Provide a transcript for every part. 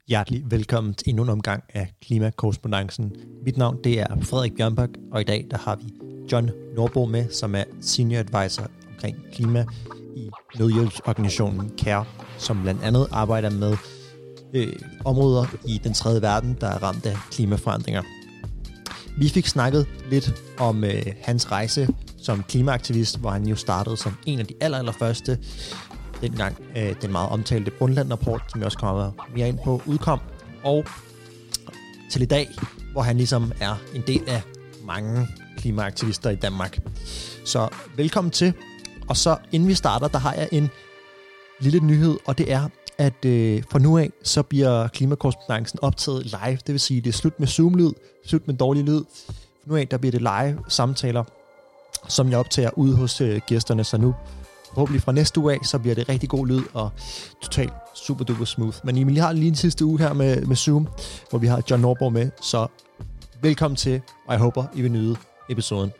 Hjertelig velkommen til endnu en omgang af Klimakorrespondancen. Mit navn det er Frederik Bjørnbak, og i dag der har vi John Nordbo med, som er Senior Advisor omkring klima i nødhjælpsorganisationen CARE, som blandt andet arbejder med områder i den tredje verden, der er ramt af klimaforandringer. Vi fik snakket lidt om hans rejse som klimaaktivist, hvor han jo startede som en af de allerførste, dengang den meget omtalte Brundtland-rapport, som jeg også kommer mere ind på, udkom, og til i dag, hvor han ligesom er en del af mange klimaaktivister i Danmark. Så velkommen til. Og så inden vi starter, der har jeg en lille nyhed, og det er, at fra nu af, så bliver klimakorrespondancen optaget live. Det vil sige, det er slut med Zoom-lyd, slut med dårlig lyd. Fra nu af, der bliver det live samtaler, som jeg optager ude hos gæsterne, så nu forhåbentlig fra næste uge af, så bliver det rigtig god lyd og totalt super duper smooth. Men Emil, jeg har lige en sidste uge her med Zoom, hvor vi har John Nordbo med, så velkommen til, og jeg håber, I vil nyde episoden.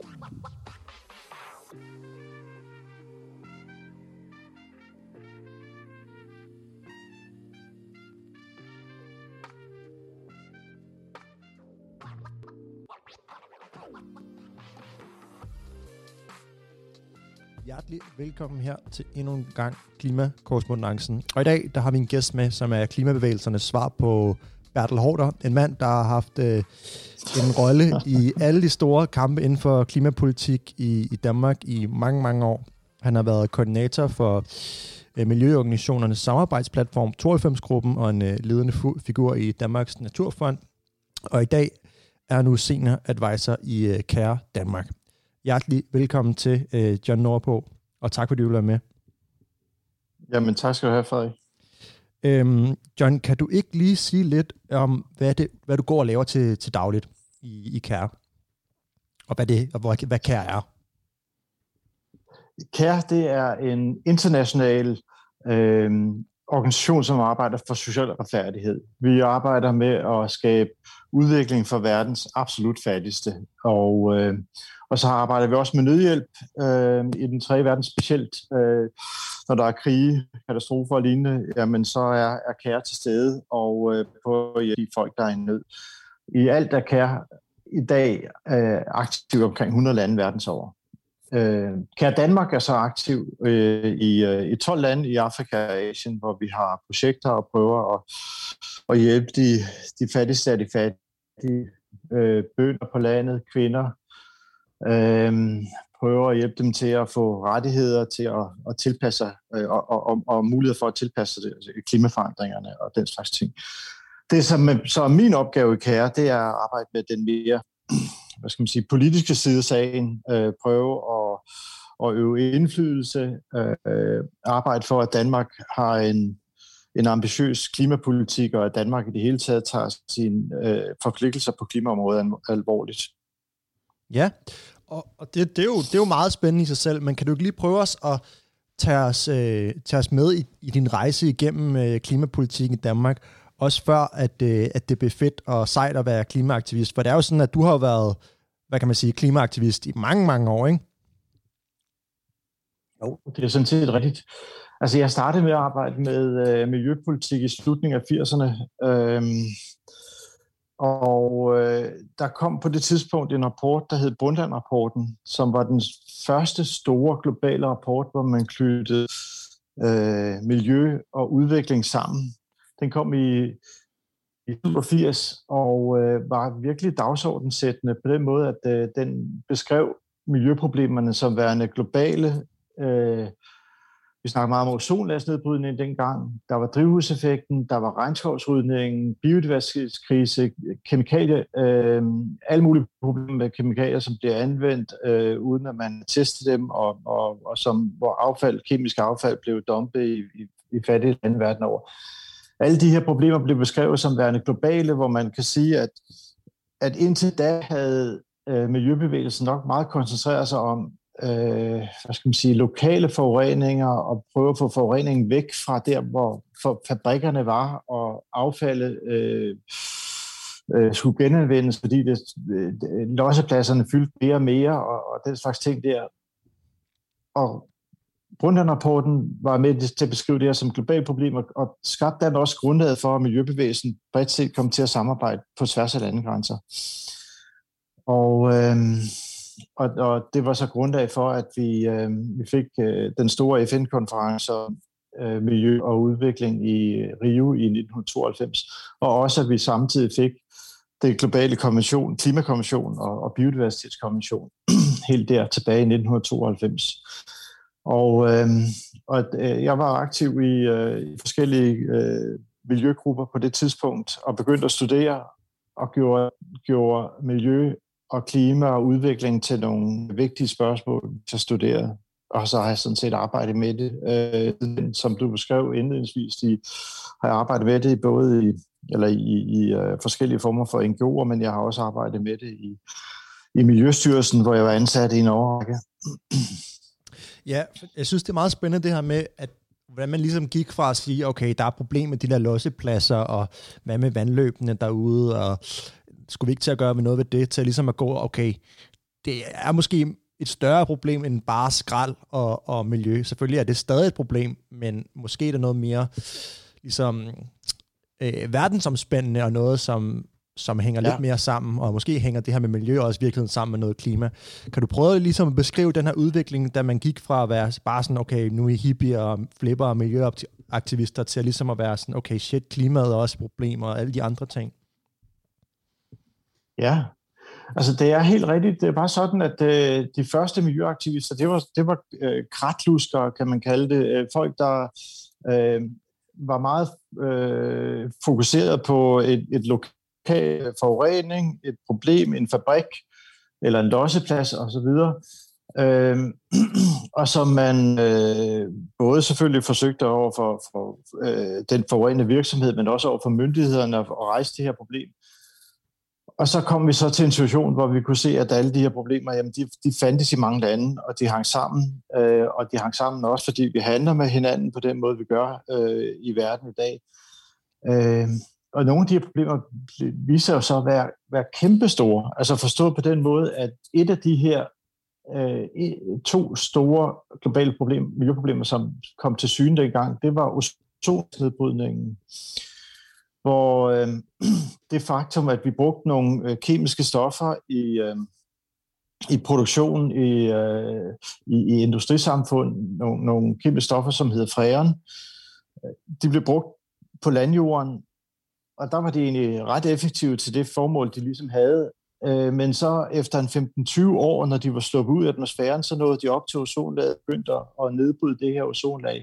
Hjertelig velkommen her til endnu en gang Klimakorrespondancen. Og i dag, der har vi en gæst med, som er klimabevægelsernes svar på Bertel Haarder. En mand, der har haft en rolle i alle de store kampe inden for klimapolitik i Danmark i mange, mange år. Han har været koordinator for Miljøorganisationernes samarbejdsplatform 92-gruppen og en ledende figur i Danmarks Naturfond. Og i dag er han nu senior advisor i CARE Danmark. Hjertelig velkommen til John Nordbo, og tak fordi du vil være med. Jamen tak skal du have, Frederik. John, kan du ikke lige sige lidt om, hvad du går og laver til dagligt i CARE? Og hvad CARE er? CARE, det er en international organisation, som arbejder for social retfærdighed. Vi arbejder med at skabe udvikling for verdens absolut fattigste, og så arbejder vi også med nødhjælp i den tredje verden, specielt når der er krige, katastrofer og lignende, jamen så er CARE til stede og på at hjælpe folk, der er i nød. I alt er CARE i dag aktiv omkring 100 lande verdens over. CARE Danmark er så aktiv i 12 lande i Afrika og Asien, hvor vi har projekter og prøver at hjælpe de fattigste af de fattige, bønder på landet, kvinder, prøver at hjælpe dem til at få rettigheder til at tilpasse sig og mulighed for at tilpasse sig klimaforandringerne og den slags ting. Det som er min opgave i CARE, det er at arbejde med den mere politiske side af sagen, prøve at øve indflydelse, arbejde for, at Danmark har en ambitiøs klimapolitik, og at Danmark i det hele taget tager sine forpligtelser på klimaområdet alvorligt. Ja, og det er jo meget spændende i sig selv, men kan du ikke lige prøve at tage os med i din rejse igennem klimapolitikken i Danmark, også før at det blev fedt og sejt at være klimaaktivist? For det er jo sådan, at du har været, hvad kan man sige, klimaaktivist i mange, mange år, ikke? Jo, det er sådan set rigtigt. Altså, jeg startede med at arbejde med miljøpolitik i slutningen af 80'erne, der kom på det tidspunkt en rapport, der hed Brundtland-rapporten, som var den første store globale rapport, hvor man knyttede miljø og udvikling sammen. Den kom i 80 og var virkelig dagsordensættende på den måde, at den beskrev miljøproblemerne som værende globale. Vi snakker meget om ozonlagsnedbrydning dengang. Der var drivhuseffekten, der var regnskovsrydningen, biodiversitetskrise, kemikalier, alle mulige problemer med kemikalier, som bliver anvendt, uden at man testede dem, og hvor kemisk affald blev dumpet i fattige lande verden over. Alle de her problemer blev beskrevet som værende globale, hvor man kan sige, at indtil da havde miljøbevægelsen nok meget koncentreret sig om lokale forureninger og prøve at få forureningen væk fra der, hvor fabrikkerne var, og affaldet skulle genanvendes, fordi lossepladserne fyldte mere og mere, og den slags ting der. Og Brundtland-rapporten var med til at beskrive det her som globale problemer, og skabte dermed også grundlaget for, at miljøbevægelsen bredt set kom til at samarbejde på tværs af landegrænser. Og det var så grundlag for, at vi fik den store FN-konference om miljø og udvikling i Rio i 1992, og også at vi samtidig fik den globale konvention, klimakonvention og biodiversitetskonvention helt der tilbage i 1992. Og jeg var aktiv i forskellige miljøgrupper på det tidspunkt og begyndte at studere og gjorde miljø og klima og udvikling til nogle vigtige spørgsmål til at studere. Og så har jeg sådan set arbejdet med det. Som du beskrev indledningsvis, har jeg arbejdet med det både i forskellige former for NGO'er, men jeg har også arbejdet med det i Miljøstyrelsen, hvor jeg var ansat i en årrække. Ja, jeg synes, det er meget spændende det her med, at hvordan man ligesom gik fra at sige, okay, der er problemer med de der lossepladser, og hvad med vandløbene derude, og skulle vi ikke til at gøre noget ved det, til ligesom at gå, okay, det er måske et større problem end bare skrald og miljø. Selvfølgelig er det stadig et problem, men måske er det noget mere ligesom verdensomspændende og noget, som hænger lidt mere sammen, og måske hænger det her med miljø også virkelig sammen med noget klima. Kan du prøve ligesom at beskrive den her udvikling, da man gik fra at være bare sådan, okay, nu er hippier og flipper og miljøaktivister, til at ligesom at være sådan, okay, shit, klimaet er også problemer og alle de andre ting? Ja, altså det er helt rigtigt. Det er bare sådan, at de første miljøaktivister, det var kratlusker, kan man kalde det. Folk, der var meget fokuseret på et lokalt forurening, et problem, en fabrik eller en losseplads osv. Og som man både selvfølgelig forsøgte over for den forurenende virksomhed, men også over for myndighederne at rejse det her problem. Og så kom vi så til en situation, hvor vi kunne se, at alle de her problemer, jamen de fandtes i mange lande, og de hang sammen. Og de hang sammen også, fordi vi handler med hinanden på den måde, vi gør i verden i dag. Og nogle af de her problemer viser jo så at være kæmpestore. Altså forstået på den måde, at et af de her to store globale miljøproblemer, som kom til syne dengang, det var ozonnedbrydningen. Hvor det faktum, at vi brugte nogle kemiske stoffer i produktion i industrisamfund, nogle kemiske stoffer, som hedder freon, de blev brugt på landjorden, og der var de egentlig ret effektive til det formål, de ligesom havde. Men så efter en 15-20 år, når de var sluppet ud af atmosfæren, så nåede de op til ozonlaget og begyndte at nedbryde det her ozonlag.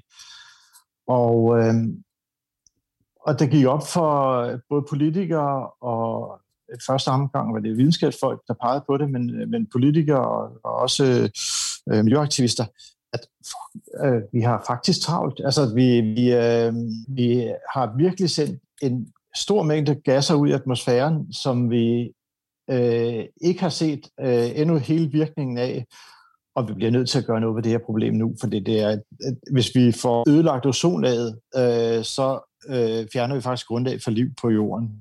Og det gik op for både politikere og i første omgang var det videnskabsfolk, der pegede på det, men politikere og også miljøaktivister, at vi har faktisk travlt. Altså, vi har virkelig sendt en stor mængde gasser ud i atmosfæren, som vi ikke har set endnu hele virkningen af, og vi bliver nødt til at gøre noget ved det her problem nu, for det er, hvis vi får ødelagt ozonlaget, så fjerner vi faktisk grundlag for liv på jorden.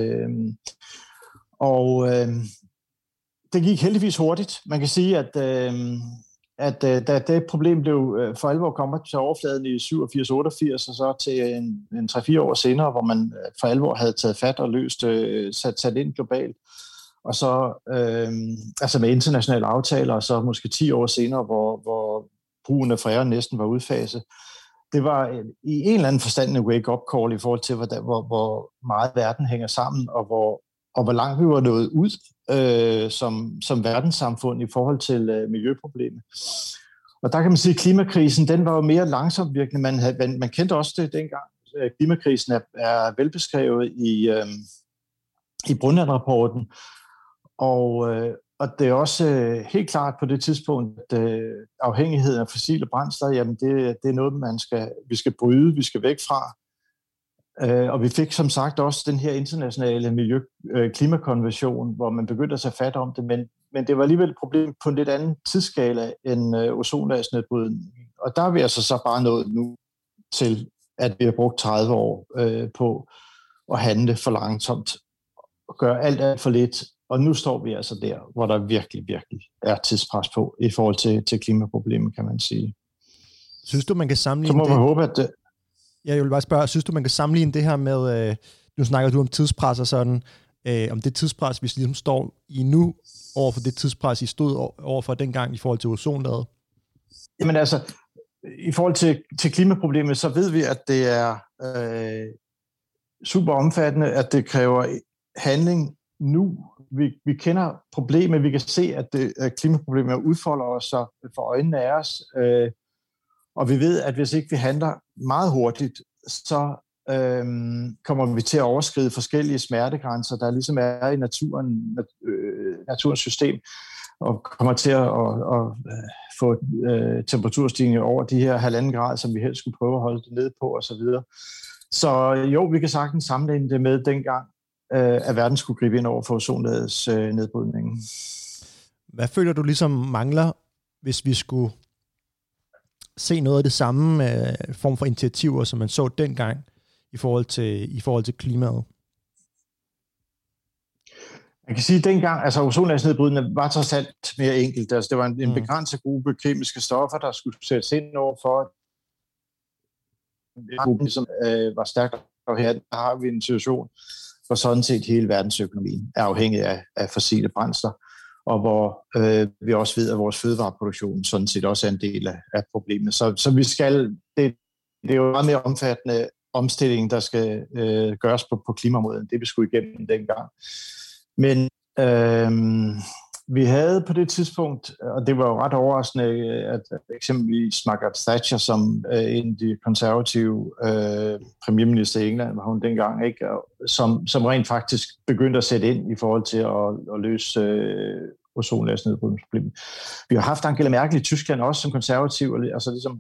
Det gik heldigvis hurtigt. Man kan sige, at da det problem blev for alvor kommet til overfladen i 87-88, og så til en 3-4 år senere, hvor man for alvor havde taget fat og løst, sat ind globalt, og så altså med internationale aftaler, og så måske 10 år senere, hvor brugen af freon næsten var udfaset. Det var i en eller anden forstand en wake-up call i forhold til, hvor meget verden hænger sammen, og hvor langt vi var nået ud som verdenssamfund i forhold til miljøproblemet. Og der kan man sige, at klimakrisen, den var jo mere langsomt virkende. Man kendte også det dengang. Klimakrisen er velbeskrevet i Brundtland-rapporten, og det er også helt klart på det tidspunkt, at afhængigheden af fossile brændsler, jamen det er noget, vi skal bryde, vi skal væk fra. Og vi fik som sagt også den her internationale klimakonvention, hvor man begyndte at tage fat om det, men det var alligevel et problem på en lidt anden tidsskala end ozonlagsnedbrydning. Og der er vi altså så bare nået nu til, at vi har brugt 30 år på at handle for langsomt og gøre alt for lidt. Og nu står vi altså der, hvor der virkelig, virkelig er tidspres på i forhold til klimaproblemet, kan man sige. Synes du, man kan sammenligne så må det? man håbe, at det... Jeg vil bare spørge, synes du, man kan sammenligne det her med, nu snakker du om tidspres og sådan, om det tidspres, hvis ligesom står i nu, over for det tidspres, I stod over for dengang i forhold til ozonlaget? Jamen altså, i forhold til klimaproblemet, så ved vi, at det er super omfattende, at det kræver handling nu. Vi kender problemet, vi kan se, at klimaproblemet udfolder sig for øjnene af os, og vi ved, at hvis ikke vi handler meget hurtigt, så kommer vi til at overskride forskellige smertegrænser, der ligesom er i naturens system, og kommer til at få temperaturstigninger over de her 1,5 grad, som vi helst skulle prøve at holde det ned på, osv. Så jo, vi kan sagtens sammenligne det med dengang, at verden skulle gribe ind over for ozonlagets nedbrydning. Hvad føler du ligesom mangler, hvis vi skulle se noget af det samme form for initiativer, som man så dengang i forhold til klimaet? Man kan sige, at dengang, altså ozonlagsnedbrydningen var trods alt mere enkelt. Altså, det var en begrænset gruppe kemiske stoffer, der skulle sættes ind over for gruppen, som var stærkt afhængig. Der har vi en situation, hvor sådan set hele verdensøkonomien er afhængig af fossile brændsler, og hvor vi også ved, at vores fødevareproduktion sådan set også er en del af problemet. Så vi skal, det er jo meget mere omfattende omstilling, der skal gøres på klimaområdet, det vi skulle igennem dengang. Men vi havde på det tidspunkt, og det var jo ret overraskende, at eksempelvis Margaret Thatcher, som en af de konservative premierminister i England, var hun dengang, ikke, som rent faktisk begyndte at sætte ind i forhold til at løse ozonlagsnedbrydningsproblemet. Vi har haft Angela Merkel i Tyskland også som konservativ, altså ligesom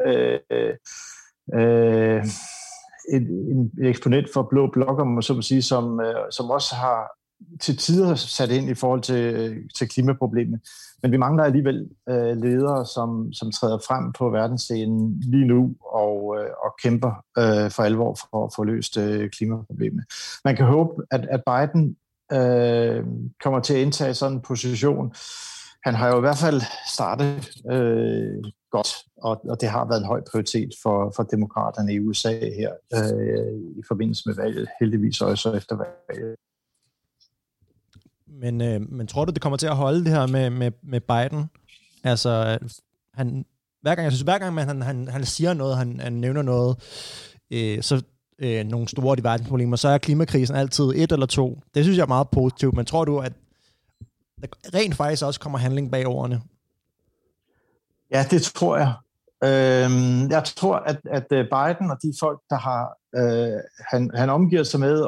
en eksponent for blå blok, om man så må sige, som også har til tider sat ind i forhold til klimaproblemet. Men vi mangler alligevel ledere, som træder frem på verdensscenen lige nu og kæmper for alvor for at få løst klimaproblemet. Man kan håbe, at Biden kommer til at indtage sådan en position. Han har jo i hvert fald startet godt, og det har været en høj prioritet for demokraterne i USA her i forbindelse med valget, heldigvis også efter valget. Men tror du, det kommer til at holde det her med Biden? Altså, hver gang han siger noget, han nævner noget, så nogle store verdensproblemer, så er klimakrisen altid 1 eller 2. Det synes jeg er meget positivt, men tror du, at der rent faktisk også kommer handling bag ordene? Ja, det tror jeg. Jeg tror, at Biden og de folk, der har han omgiver sig med,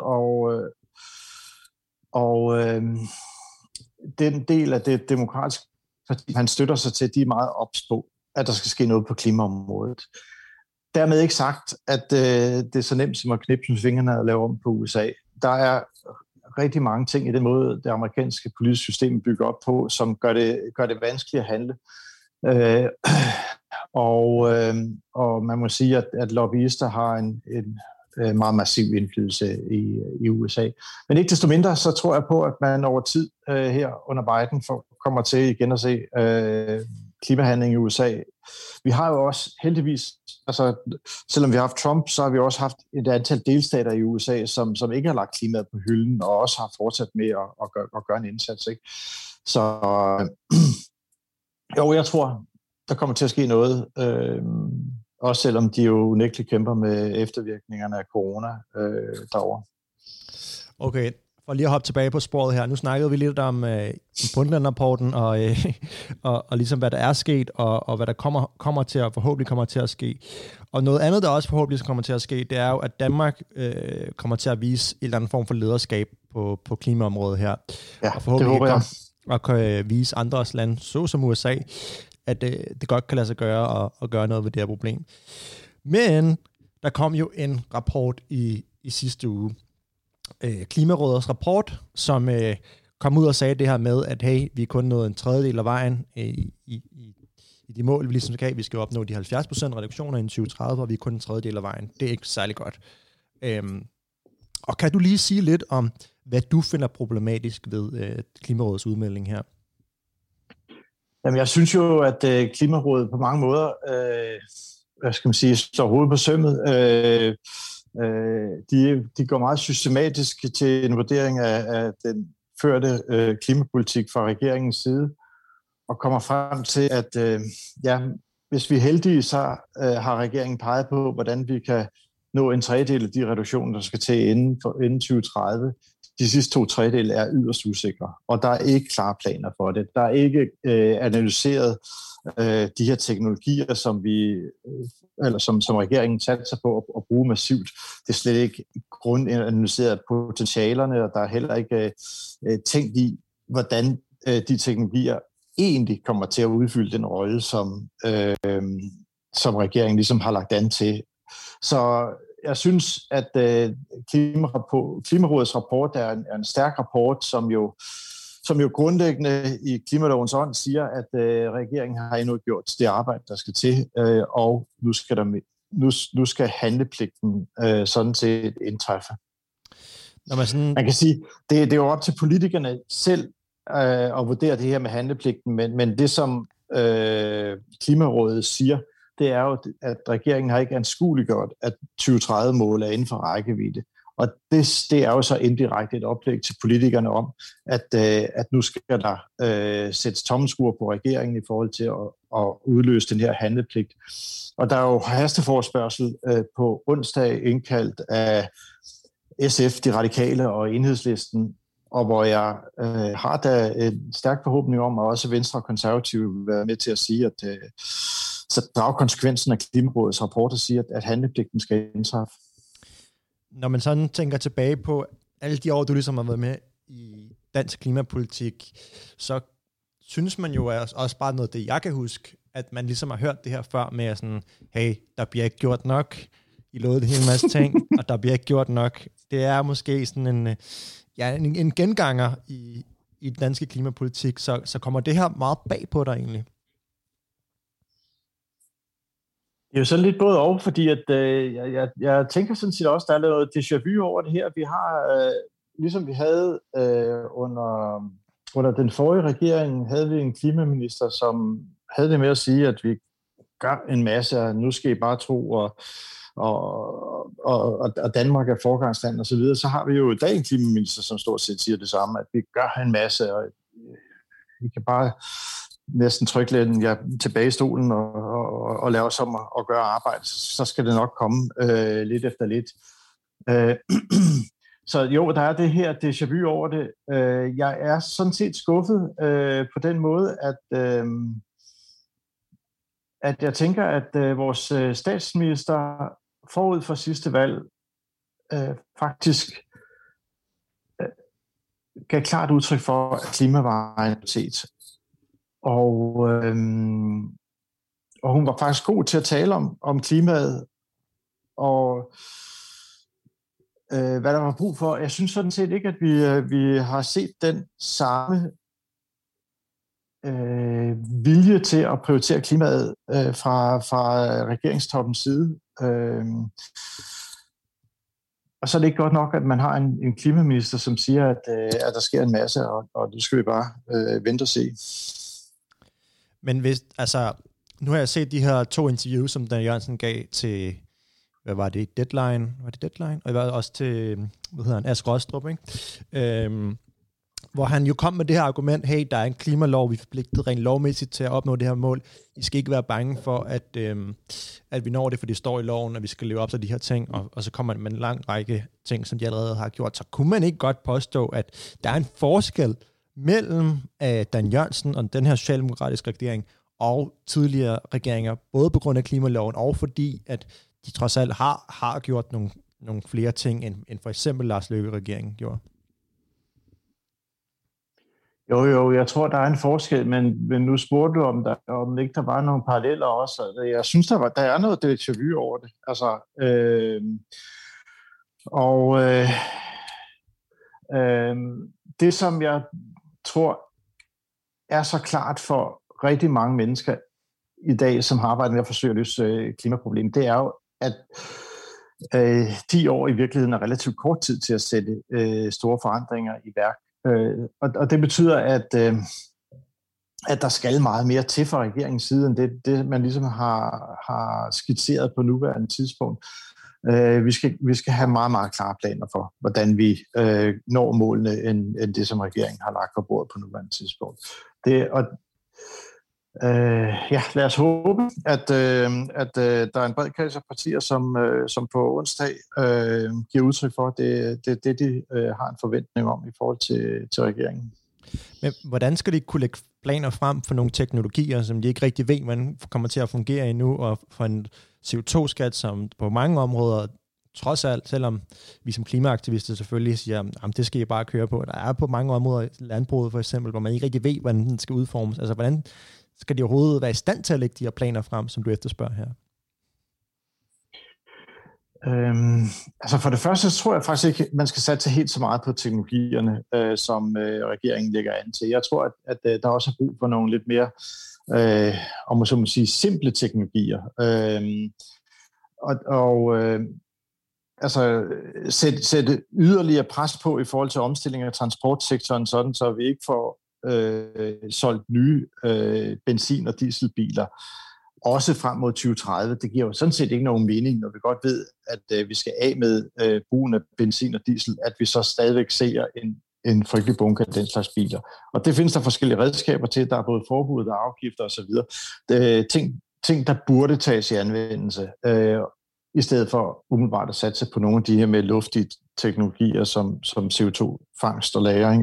og den del af det demokratiske parti, han støtter sig til, de er meget ops på, at der skal ske noget på klimaområdet. Dermed ikke sagt, at det er så nemt som at knipse med fingrene og lave om på USA. Der er rigtig mange ting i den måde, det amerikanske politiske system bygger op på, som gør det vanskeligt at handle. Og man må sige, at lobbyister har en meget massiv indflydelse i USA. Men ikke desto mindre, så tror jeg på, at man over tid her under Biden kommer til igen at se klimahandling i USA. Vi har jo også heldigvis, altså selvom vi har haft Trump, så har vi også haft et antal delstater i USA, som ikke har lagt klimaet på hylden, og også har fortsat med at gøre en indsats. Ikke? Så jo, jeg tror, der kommer til at ske noget, også selvom de jo unægteligt kæmper med eftervirkningerne af corona derovre. Okay, for lige at hoppe tilbage på sporet her. Nu snakkede vi lidt om Brundtland-rapporten og ligesom hvad der er sket, og hvad der forhåbentlig kommer til at ske. Og noget andet, der også forhåbentlig kommer til at ske, det er jo, at Danmark kommer til at vise en eller anden form for lederskab på klimaområdet her. Ja, og forhåbentlig det håber jeg. Og kan vise andre lande, såsom USA, at det godt kan lade sig gøre og gøre noget ved det her problem. Men der kom jo en rapport i sidste uge. Klimarådets rapport, som kom ud og sagde det her med, at hey, vi er kun nået en tredjedel af vejen i de mål, vi ligesom skal have. Vi skal opnå de 70% reduktioner i 2030, og vi er kun en tredjedel af vejen. Det er ikke særlig godt. Og kan du lige sige lidt om, hvad du finder problematisk ved Klimarådets udmelding her? Jamen, jeg synes jo, at Klimarådet på mange måder hvad skal man sige, slår hovedet på sømmet. De går meget systematisk til en vurdering af den førte klimapolitik fra regeringens side, og kommer frem til, at hvis vi er heldige, så har regeringen peget på, hvordan vi kan nå en tredjedel af de reduktioner, der skal til inden 2030. De sidste 2/3 er yderst usikre, og der er ikke klare planer for det. Der er ikke analyseret de her teknologier, som regeringen satser på at bruge massivt. Det er slet ikke grundanalyseret potentialerne, og der er heller ikke tænkt i, hvordan de teknologier egentlig kommer til at udfylde den rolle, som regeringen ligesom har lagt an til. Så jeg synes, at Klimarådets rapport er en stærk rapport, som jo grundlæggende i klimalovens ånd siger, at regeringen har endnu gjort det arbejde, der skal til, og nu skal handlepligten sådan set indtræffe. Man kan sige, det er jo op til politikerne selv at vurdere det her med handlepligten, men det som Klimarådet siger, det er jo, at regeringen har ikke anskueliggjort, at 2030-mål er inden for rækkevidde. Og det er jo så indirekte et oplæg til politikerne om, at nu skal der sættes tommelskruer på regeringen i forhold til at udløse den her handlepligt. Og der er jo hasteforespørgsel på onsdag indkaldt af SF, De Radikale og Enhedslisten, og hvor jeg har da en stærk forhåbning om, at også Venstre og Konservative vil være med til at sige, at så drage konsekvensen af Klimarådets rapport og sige, at handlepligten skal indtræffe. Når man sådan tænker tilbage på alle de år, du ligesom har været med i dansk klimapolitik, så synes man jo også bare noget, det jeg kan huske, at man ligesom har hørt det her før med sådan, hey, der bliver ikke gjort nok, I lovede en hel masse ting, og der bliver ikke gjort nok. Det er måske sådan en genganger i den danske klimapolitik, så kommer det her meget bag på dig egentlig? Det er jo sådan lidt både og, fordi at, jeg tænker sådan set også, der er noget déjà vu over det her. Vi har, ligesom vi havde under den forrige regering, havde vi en klimaminister, som havde det med at sige, at vi gør en masse, og nu skal I bare tro, og Danmark er foregangsland og så videre. Så har vi jo i dag en klimaminister, som stort set siger det samme, at vi gør en masse, og vi kan bare næsten trykke lidt tilbage i stolen og lave os om at gøre arbejde, så skal det nok komme lidt efter lidt. Så jo, der er det her déjà vu over det. Jeg er sådan set skuffet på den måde, at jeg tænker, at vores statsminister forud for sidste valg faktisk gav klart udtryk for, at klima var en prioritet. Og hun var faktisk god til at tale om klimaet, og hvad der var brug for. Jeg synes sådan set ikke, at vi har set den samme vilje til at prioritere klimaet fra regeringstoppens side. Og så er det ikke godt nok, at man har en klimaminister, som siger, at der sker en masse, og det skal vi bare vente og se. Men hvis, altså, nu har jeg set de her 2 interviews, som Dan Jørgensen gav til, hvad var det, Deadline? Var det Deadline? Og jeg var også til, Asger Rostrup, ikke? Hvor han jo kom med det her argument, hey, der er en klimalov, vi er forpligtet rent lovmæssigt til at opnå det her mål. I skal ikke være bange for, at vi når det, for det står i loven, at vi skal leve op til de her ting, og så kommer man med en lang række ting, som de allerede har gjort. Så kunne man ikke godt påstå, at der er en forskel mellem Dan Jørgensen og den her socialdemokratiske regering og tidligere regeringer, både på grund af klimaloven og fordi, at de trods alt har gjort nogle flere ting, end for eksempel Lars Løkke-regeringen gjorde? Jo, jeg tror, der er en forskel, men nu spurgte du, om ikke der var nogle paralleller også. Jeg synes, der er noget déjà vu over det. Altså, det, som jeg tror er så klart for rigtig mange mennesker i dag, som har arbejdet med at forsøge at løse klimaproblemet, det er jo, at 10 år i virkeligheden er relativt kort tid til at sætte store forandringer i værk. Og det betyder, at der skal meget mere til fra regeringens side, end det man ligesom har skitseret på nuværende tidspunkt. Vi skal have meget, meget klare planer for, hvordan vi når målene, end det, som regeringen har lagt på bordet på nuværende tidspunkt. Lad os håbe, at der er en bred kreds af partier, som på onsdag giver udtryk for, at det de har en forventning om i forhold til regeringen. Men hvordan skal de kunne lægge planer frem for nogle teknologier, som de ikke rigtig ved, hvordan kommer til at fungere endnu, og for en CO2-skat, som på mange områder, trods alt, selvom vi som klimaaktivister selvfølgelig siger, at det skal I bare køre på. Der er på mange områder, landbruget for eksempel, hvor man ikke rigtig ved, hvordan den skal udformes. Altså, hvordan skal de overhovedet være i stand til at lægge de her planer frem, som du efterspørger her? For det første så tror jeg faktisk ikke, man skal satse helt så meget på teknologierne, som regeringen lægger an til. Jeg tror, at der også er brug for nogle lidt mere, om man så må sige, simple teknologier. Sætte yderligere pres på i forhold til omstilling af transportsektoren, sådan så vi ikke får solgt nye benzin- og dieselbiler, også frem mod 2030. Det giver jo sådan set ikke nogen mening, når vi godt ved, at vi skal af med brugen af benzin og diesel, at vi så stadigvæk ser en frygtelig bunke af den slags biler. Og det findes der forskellige redskaber til. Der er både forbud og afgifter osv. Ting, der burde tages i anvendelse, i stedet for umiddelbart at satse på nogle af de her med luftige teknologier, som CO2-fangst og lagring.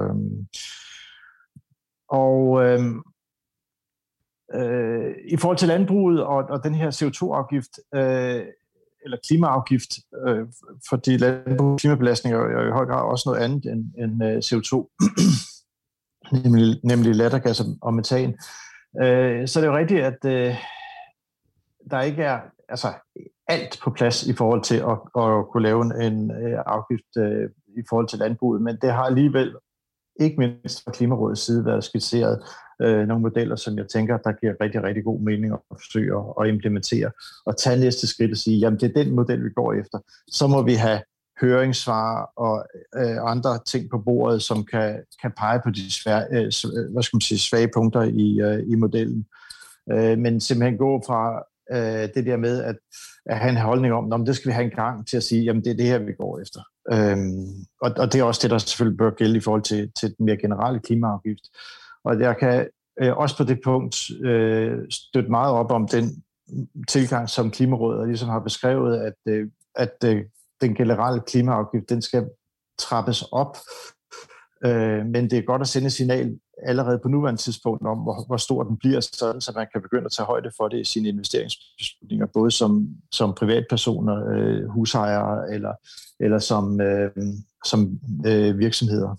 I forhold til landbruget og den her CO2-afgift, eller klimaafgift, fordi landbrug klimabelastning er i høj grad også noget andet end CO2, nemlig lattergas og metan. Så det er jo rigtigt, at der ikke er alt på plads i forhold til at kunne lave en afgift i forhold til landbruget, men det har alligevel, ikke mindst fra Klimarådets side, været skitseret nogle modeller, som jeg tænker, der giver rigtig, rigtig god mening at forsøge at implementere og tage næste skridt og sige, jamen det er den model, vi går efter. Så må vi have høringssvar og andre ting på bordet, som kan pege på de svage punkter i modellen. Men simpelthen gå fra det der med at have en holdning om, det skal vi have en gang til at sige, jamen det er det her, vi går efter. Og det er også det, der selvfølgelig bør gælde i forhold til den mere generelle klimaafgift. Og jeg kan også på det punkt støtte meget op om den tilgang, som Klimarådet ligesom har beskrevet, at den generelle klimaafgift, den skal trappes op. Men det er godt at sende et signal allerede på nuværende tidspunkt om, hvor stor den bliver, sådan så man kan begynde at tage højde for det i sine investeringsbeslutninger, både som privatpersoner, husejere eller som virksomheder.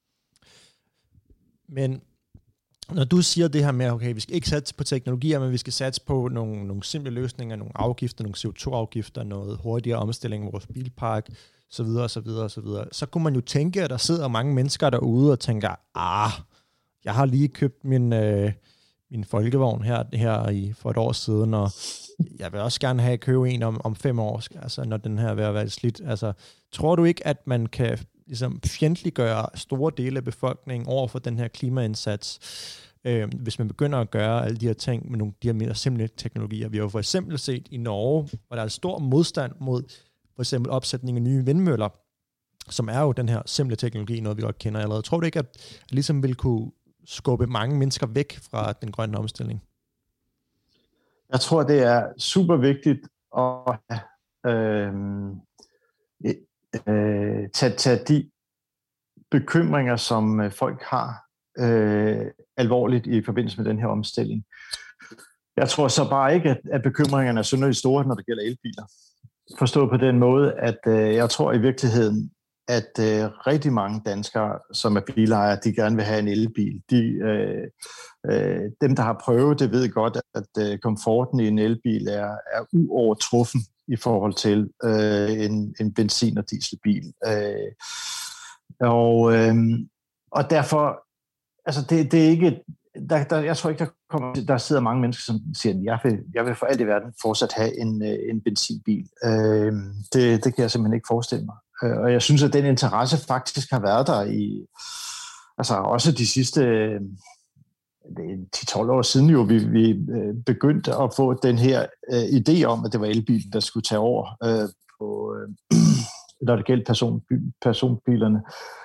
Men når du siger det her med, okay, vi skal ikke satse på teknologier, men vi skal satse på nogle simple løsninger, nogle afgifter, nogle CO2-afgifter, noget hurtigere omstilling af vores bilpark, så videre, så videre, så videre. Så kunne man jo tænke, at der sidder mange mennesker derude og tænker, jeg har lige købt min folkevogn her for et år siden, og jeg vil også gerne købe en om 5 år, altså når den her er ved at være slidt. Altså, tror du ikke, at man kan ligesom fjendtliggøre store dele af befolkningen over for den her klimaindsats, hvis man begynder at gøre alle de her ting med nogle de her mere simple teknologier? Vi har jo for eksempel set i Norge, hvor der er stor modstand mod for eksempel opsætning af nye vindmøller, som er jo den her simple teknologi, noget vi godt kender allerede. Tror du ikke, at ligesom vil kunne skubbe mange mennesker væk fra den grønne omstilling? Jeg tror, det er super vigtigt at tage de bekymringer, som folk har, alvorligt i forbindelse med den her omstilling. Jeg tror så bare ikke, at bekymringerne er synderligt store, når det gælder elbiler. Forstået på den måde, at jeg tror i virkeligheden, at rigtig mange danskere, som er bilejere, de gerne vil have en elbil. Dem, der har prøvet det, ved godt, at komforten i en elbil er uovertruffen i forhold til en benzin- og dieselbil. Og derfor, altså det er ikke, jeg tror ikke, der sidder mange mennesker, som siger, jeg vil for alt i verden fortsat have en benzinbil. Det kan jeg simpelthen ikke forestille mig. Og jeg synes, at den interesse faktisk har været der i, altså også de sidste 10-12 år siden jo, vi begyndte at få den her idé om, at det var elbilen, der skulle tage over når det gælder personbilerne.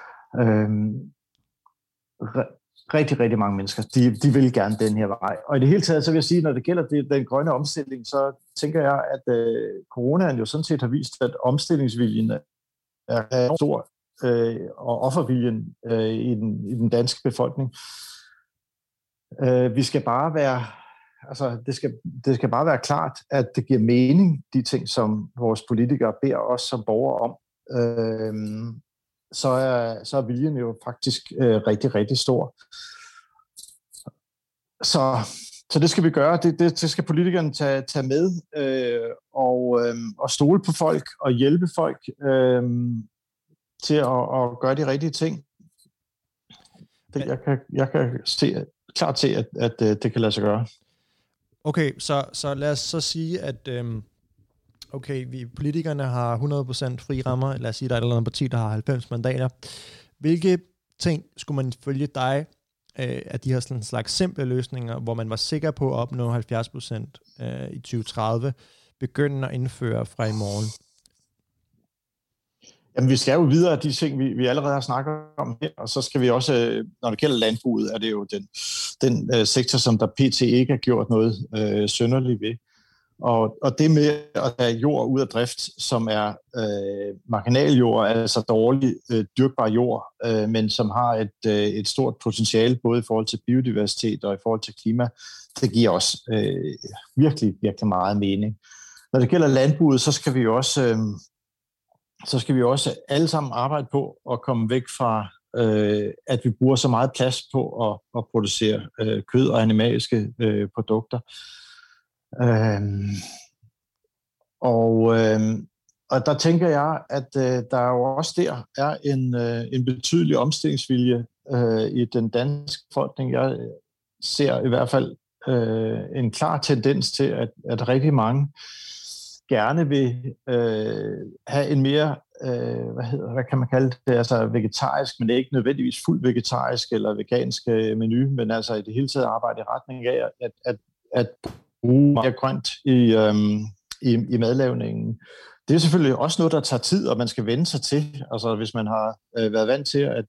Rigtig, rigtig mange mennesker, de vil gerne den her vej. Og i det hele taget, så vil jeg sige, når det gælder den grønne omstilling, så tænker jeg, at coronaen jo sådan set har vist, at omstillingsviljen er stor, og offerviljen i den danske befolkning. Vi skal bare være, altså det skal bare være klart, at det giver mening, de ting, som vores politikere beder os som borgere om. Så er viljen jo faktisk rigtig, rigtig stor. Så det skal vi gøre. Det skal politikerne tage med og stole på folk og hjælpe folk til at gøre de rigtige ting. Jeg kan klart se, at det kan lade sig gøre. Okay, så lad os så sige, at politikerne har 100% fri rammer. Lad os sige, at der er et eller andet parti, der har 90 mandater. Hvilke ting skulle man følge dig af de her sådan slags simple løsninger, hvor man var sikker på at opnå 70% i 2030, begynde at indføre fra i morgen? Jamen, vi skal jo videre af de ting, vi allerede har snakket om her, og så skal vi også, når det gælder landbruget, er det jo den sektor, som der pt. Ikke har gjort noget synderligt ved. Og det med at have jord ud af drift, som er marginaljord, altså dårlig dyrkbar jord, men som har et stort potentiale, både i forhold til biodiversitet og i forhold til klima, det giver også virkelig, virkelig meget mening. Når det gælder landbruget, så skal vi også alle sammen arbejde på at komme væk fra, at vi bruger så meget plads på at producere kød og animalske produkter. Og der tænker jeg, at der jo også der er en betydelig omstillingsvilje i den danske befolkning. Jeg ser i hvert fald en klar tendens til, at rigtig mange gerne vil have en mere, hvad kan man kalde det, altså vegetarisk, men det er ikke nødvendigvis fuldt vegetarisk eller vegansk menu, men altså i det hele taget arbejde i retning af at bruge mere grønt i madlavningen. Det er selvfølgelig også noget, der tager tid, og man skal vende sig til. Altså hvis man har været vant til, at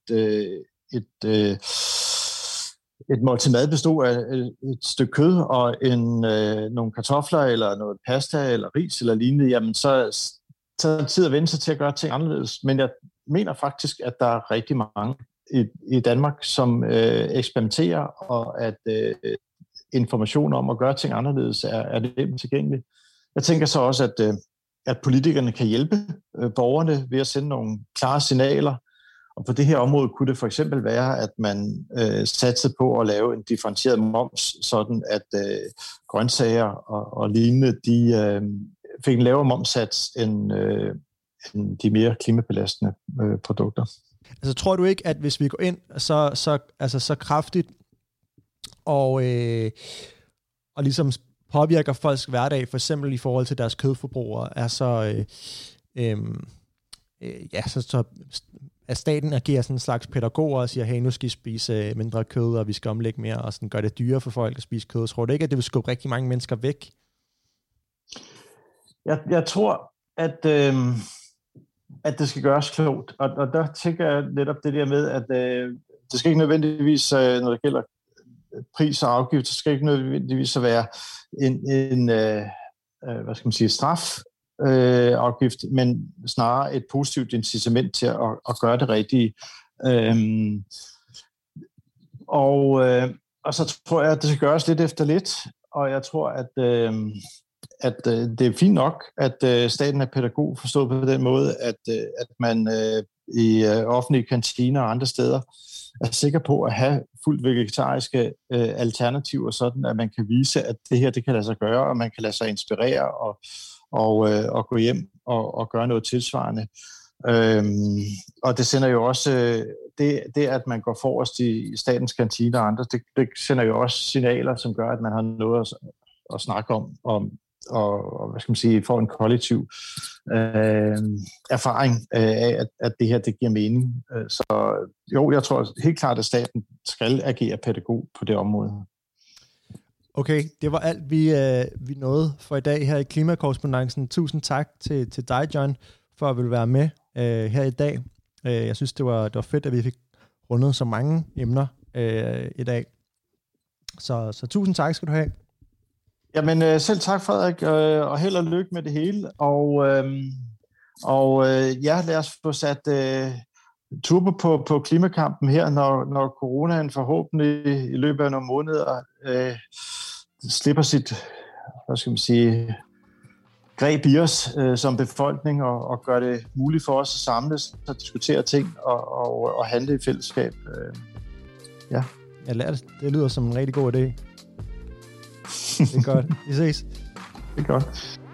et måltid mad bestod af et stykke kød og nogle kartofler eller noget pasta eller ris eller lignende, jamen så tager det tid at vende sig til at gøre ting anderledes. Men jeg mener faktisk, at der er rigtig mange i Danmark, som eksperimenterer, og at information om at gøre ting anderledes er nemt tilgængeligt. Jeg tænker så også, at politikerne kan hjælpe borgerne ved at sende nogle klare signaler. Og på det her område kunne det for eksempel være, at man satsede på at lave en differentieret moms, sådan at grøntsager og lignende, de fik en lavere momssats end de mere klimabelastende produkter. Altså tror du ikke, at hvis vi går ind så kraftigt og ligesom påvirker folks hverdag, for eksempel i forhold til deres kødforbrugere, er så at staten agerer sådan en slags pædagoger og siger, hey, nu skal I spise mindre kød, og vi skal omlægge mere, og sådan gør det dyrere for folk at spise kød. Tror du ikke, at det vil skubbe rigtig mange mennesker væk? Jeg tror, at det skal gøres klogt, og der tænker jeg netop det der med, at det skal ikke nødvendigvis, når det gælder pris og afgift, så skal ikke nødvendigvis være en hvad skal man sige, straf afgift, men snarere et positivt incitament til at gøre det rigtige. Og så tror jeg, at det skal gøres lidt efter lidt, og jeg tror, at det er fint nok, at staten er pædagog, forstået på den måde, at man i offentlige kantiner og andre steder er sikker på at have fuldt vegetariske alternativer, sådan at man kan vise, at det her det kan lade sig gøre, og man kan lade sig inspirere og gå hjem og gøre noget tilsvarende. Og det sender jo også, det at man går forrest i statens kantiner og andre, det sender jo også signaler, som gør, at man har noget at snakke om og hvad skal man sige, får en kollektiv erfaring af, at det her, det giver mening. Så jo, jeg tror helt klart, at staten skal agere pædagog på det område. Okay, det var alt, vi nåede for i dag her i Klimakorrespondancen. Tusind tak til dig, John, for at ville være med her i dag. Jeg synes, det var fedt, at vi fik rundet så mange emner i dag. Så tusind tak skal du have. Jamen, selv tak, Frederik, og held og lykke med det hele. Og ja, lad os få sat turbo på klimakampen her, når coronaen forhåbentlig i løbet af nogle måneder slipper sit, hvad skal man sige, greb i os som befolkning og gør det muligt for os at samles og diskutere ting og handle i fællesskab. Ja. Jeg lærer det. Det lyder som en rigtig god idé. Det er godt. Vi ses. Det er godt.